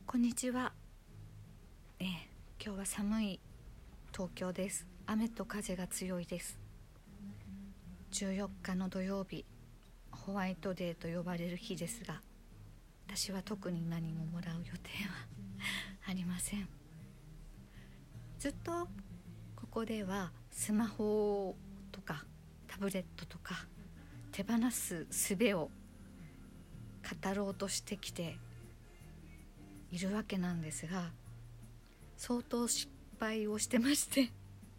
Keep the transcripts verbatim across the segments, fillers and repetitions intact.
こんにちは、えー、今日は寒い東京です。雨と風が強いです。じゅうよっかの土曜日、ホワイトデーと呼ばれる日ですが、私は特に何ももらう予定はありません。ずっとここではスマホとかタブレットとか手放す術を語ろうとしてきているわけなんですが、相当失敗をしてまして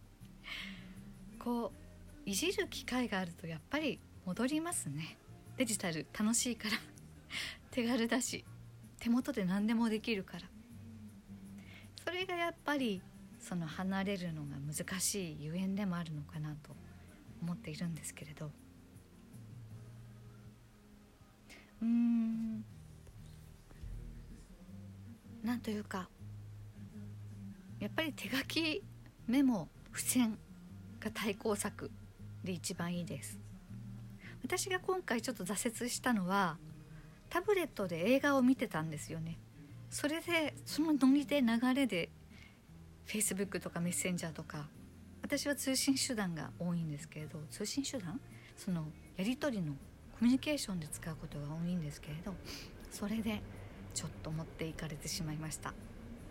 こういじる機会があるとやっぱり戻りますね。デジタル楽しいから手軽だし手元で何でもできるから、それがやっぱりその離れるのが難しいゆえんでもあるのかなと思っているんですけれど、うーんなんというかやっぱり手書きメモ付箋が対抗策で一番いいです。私が今回ちょっと挫折したのはタブレットで映画を見てたんですよね。それでそのノリで流れで Facebook とかメッセンジャーとか、私は通信手段が多いんですけれど、通信手段そのやり取りのコミュニケーションで使うことが多いんですけれど、それでちょっと持っていかれてしまいました。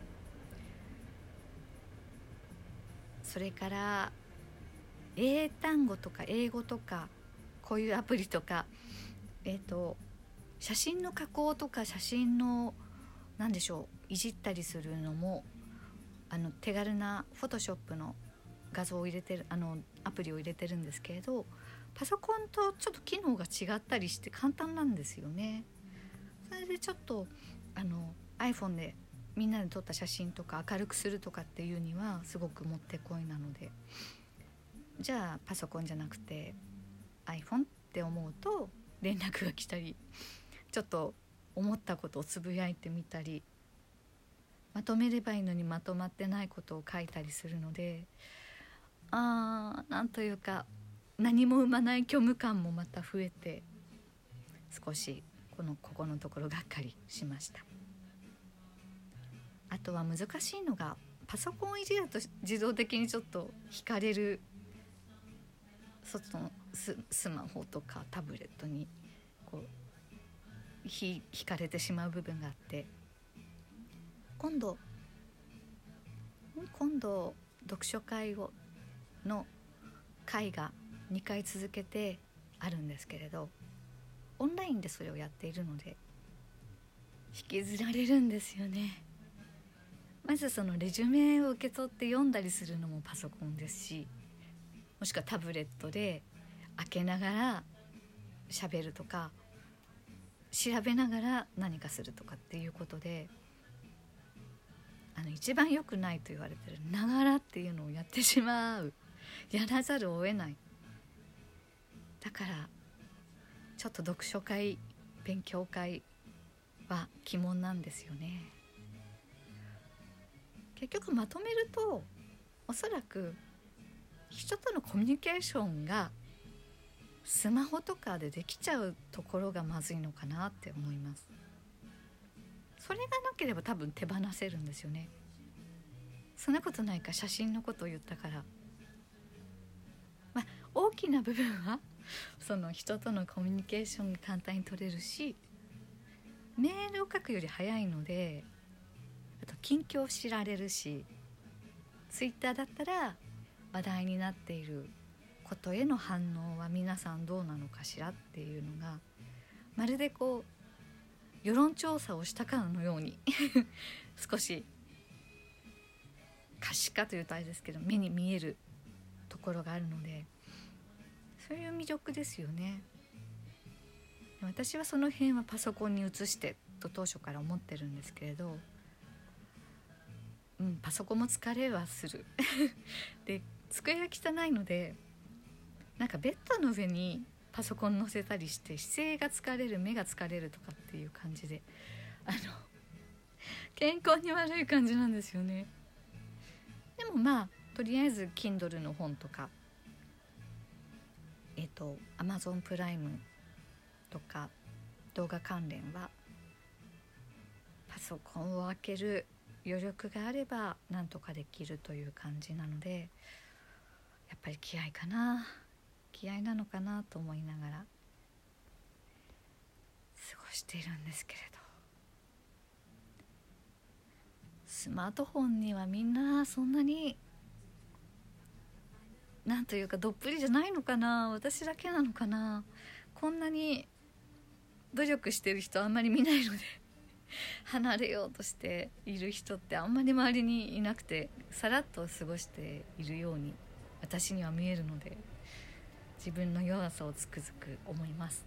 それから英単語とか英語とかこういうアプリとか、えーと、写真の加工とか写真の何でしょういじったりするのもあの手軽なフォトショップの画像を入れてるあのアプリを入れてるんですけれど、パソコンとちょっと機能が違ったりして簡単なんですよね。それでちょっとあの iPhone でみんなで撮った写真とか明るくするとかっていうにはすごくもってこいなので、じゃあパソコンじゃなくて iPhone って思うと連絡が来たり、ちょっと思ったことをつぶやいてみたり、まとめればいいのにまとまってないことを書いたりするので、あーなんというか何も生まない虚無感もまた増えて、少しこのここのところがっかりしました。あとは難しいのがパソコンをいじると自動的にちょっと惹かれる外の ス, スマホとかタブレットにこうひ惹かれてしまう部分があって、今度今度読書会をの会がにかい続けてあるんですけれど、オンラインでそれをやっているので引きずられるんですよね。まずそのレジュメを受け取って読んだりするのもパソコンですし、もしくはタブレットで開けながら喋るとか調べながら何かするとかっていうことで、あの一番良くないと言われてるながらっていうのをやってしまう、やらざるを得ない。だからちょっと読書会勉強会は鬼門なんですよね。結局まとめるとおそらく人とのコミュニケーションがスマホとかでできちゃうところがまずいのかなって思います。それがなければ多分手放せるんですよね。そんなことないか、写真のことを言ったから、まあ、大きな部分はその人とのコミュニケーションが簡単に取れるし、メールを書くより早いので、あと近況を知られるし、ツイッターだったら話題になっていることへの反応は皆さんどうなのかしらっていうのが、まるでこう世論調査をしたかのように少し可視化というとあれですけど目に見えるところがあるので、そういう魅力ですよね。私はその辺はパソコンに移してと当初から思ってるんですけれど、うん、パソコンも疲れはするで机が汚いので、なんかベッドの上にパソコン乗せたりして姿勢が疲れる、目が疲れるとかっていう感じで、あの健康に悪い感じなんですよね。でもまあとりあえず Kindle の本とか、えっと Amazon プライムとか動画関連はパソコンを開ける余力があればなんとかできるという感じなので、やっぱり気合かな気合なのかなと思いながら過ごしているんですけれど、スマートフォンにはみんなそんなになんというかどっぷりじゃないのかな、私だけなのかな。こんなに努力してる人あんまり見ないので離れようとしている人ってあんまり周りにいなくて、さらっと過ごしているように私には見えるので、自分の弱さをつくづく思います。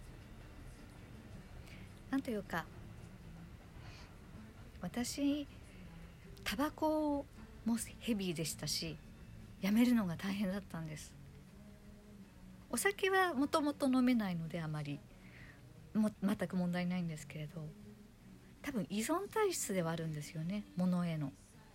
なんというか、私タバコもヘビーでしたし、やめるのが大変だったんです。お酒はもともと飲めないのであまりも全く問題ないんですけれど、多分依存体質ではあるんですよね、物への。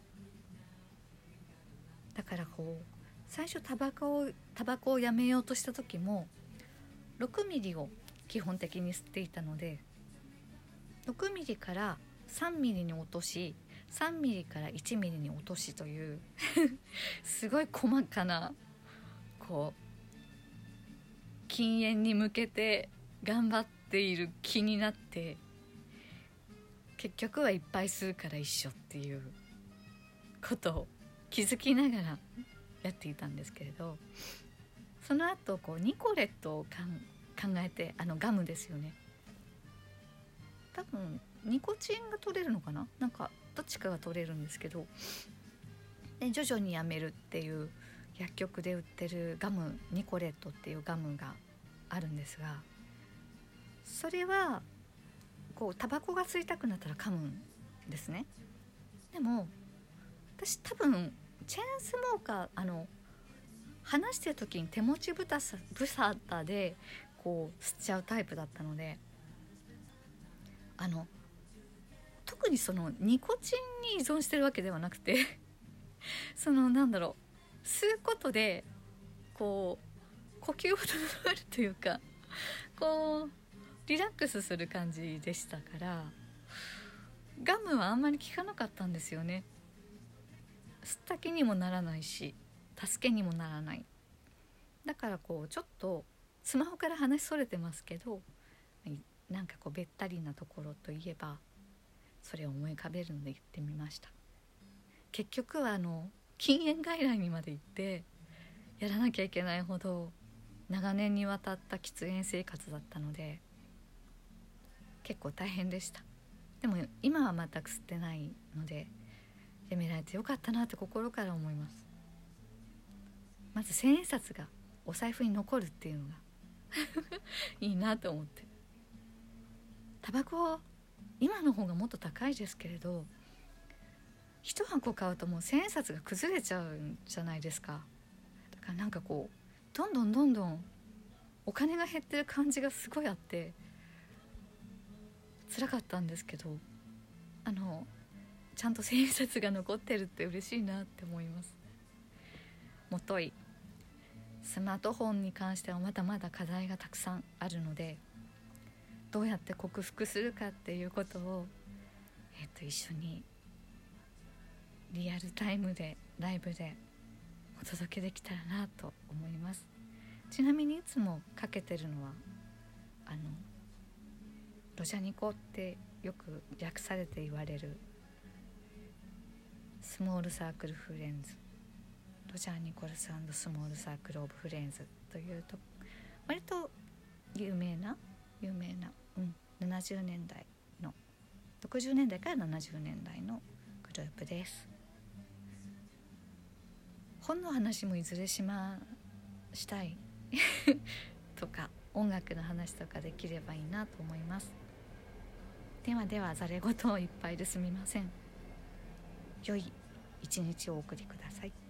だからこう最初タバコをタバコをやめようとした時もろくミリを基本的に吸っていたので、ろくミリからさんミリに落とし、さんミリからいちミリに落としというすごい細かなこう禁煙に向けて頑張っている気になって、結局はいっぱい吸うから一緒っていうことを気づきながらやっていたんですけれど、その後こうニコレットをかん考えて、あのガムですよね、多分ニコチンが取れるのかな、なんかどっちかが取れるんですけど、で徐々にやめるっていう薬局で売ってるガム、ニコレットっていうガムがあるんですが、それはこうタバコが吸いたくなったら噛むんですね。でも私多分チェーンスモーカー、あの話してる時に手持ちぶたさぶさたでこう吸っちゃうタイプだったので、あの特にそのニコチンに依存してるわけではなくてそのなんだろう、吸うことでこう呼吸を整えるというか、こうリラックスする感じでしたから、ガムはあんまり効かなかったんですよね。吸った気にもならないし助けにもならない。だからこうちょっとスマホから話それてますけど、なんかこうべったりなところといえばそれを思い浮かべるので言ってみました。結局はあの禁煙外来にまで行ってやらなきゃいけないほど長年にわたった喫煙生活だったので結構大変でした。でも今は全く吸ってないので、やめられてよかったなって心から思います。まず千円札がお財布に残るっていうのがいいなと思って。タバコ今の方がもっと高いですけれど、一箱買うともう千円札が崩れちゃうんじゃないですか。だからなんかこうどんどんどんどんお金が減ってる感じがすごいあって辛かったんですけど、あのちゃんと千円札が残ってるって嬉しいなって思います。もといスマートフォンに関してはまだまだ課題がたくさんあるので、どうやって克服するかっていうことを、えっと、一緒にリアルタイムでライブでお届けできたらなと思います。ちなみにいつもかけてるのはあのロジャニコってよく略されて言われるスモールサークルフレンズ、ロジャー・ニコルス&スモールサークル・オブ・フレンズというと割と有名な有名な、うん、ななじゅうねんだいのろくじゅうねんだいからななじゅうねんだいのグループです。本の話もいずれしましたいとか音楽の話とかできればいいなと思います。ではではざれ言いっぱいですみません。良い一日をお送りください。